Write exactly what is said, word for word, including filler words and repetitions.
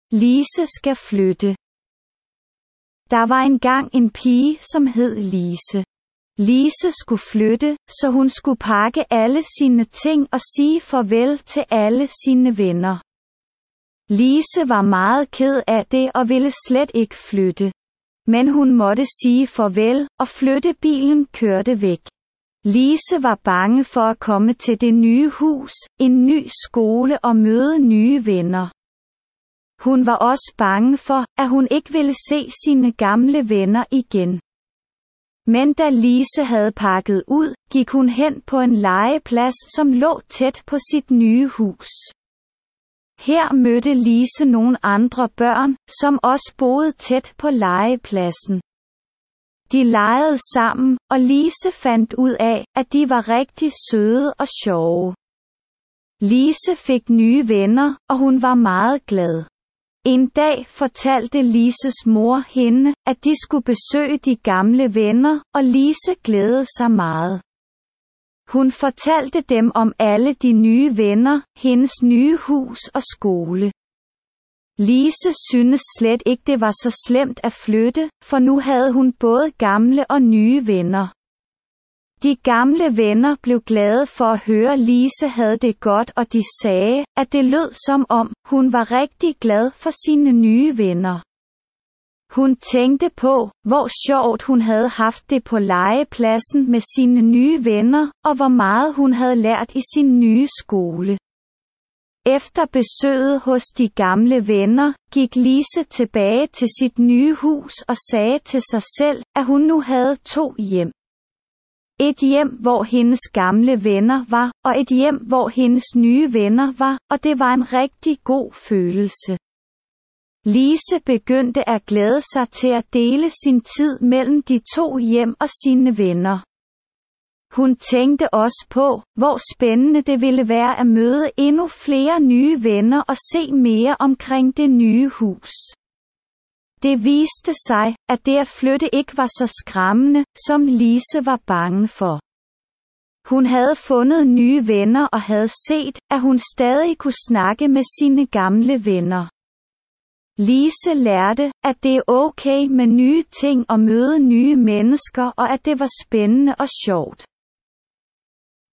Lise skal flytte. Der var engang en pige, som hed Lise. Lise skulle flytte, så hun skulle pakke alle sine ting og sige farvel til alle sine venner. Lise var meget ked af det og ville slet ikke flytte. Men hun måtte sige farvel, og flyttebilen kørte væk. Lise var bange for at komme til det nye hus, en ny skole og møde nye venner. Hun var også bange for, at hun ikke ville se sine gamle venner igen. Men da Lise havde pakket ud, gik hun hen på en legeplads, som lå tæt på sit nye hus. Her mødte Lise nogle andre børn, som også boede tæt på legepladsen. De legede sammen, og Lise fandt ud af, at de var rigtig søde og sjove. Lise fik nye venner, og hun var meget glad. En dag fortalte Lises mor hende, at de skulle besøge de gamle venner, og Lise glædede sig meget. Hun fortalte dem om alle de nye venner, hendes nye hus og skole. Lise syntes slet ikke det var så slemt at flytte, for nu havde hun både gamle og nye venner. De gamle venner blev glade for at høre, at Lise havde det godt, og de sagde, at det lød som om, hun var rigtig glad for sine nye venner. Hun tænkte på, hvor sjovt hun havde haft det på legepladsen med sine nye venner, og hvor meget hun havde lært i sin nye skole. Efter besøget hos de gamle venner, gik Lise tilbage til sit nye hus og sagde til sig selv, at hun nu havde to hjem. Et hjem, hvor hendes gamle venner var, og et hjem, hvor hendes nye venner var, og det var en rigtig god følelse. Lise begyndte at glæde sig til at dele sin tid mellem de to hjem og sine venner. Hun tænkte også på, hvor spændende det ville være at møde endnu flere nye venner og se mere omkring det nye hus. Det viste sig, at det at flytte ikke var så skræmmende, som Lise var bange for. Hun havde fundet nye venner og havde set, at hun stadig kunne snakke med sine gamle venner. Lise lærte, at det er okay med nye ting og møde nye mennesker, og at det var spændende og sjovt.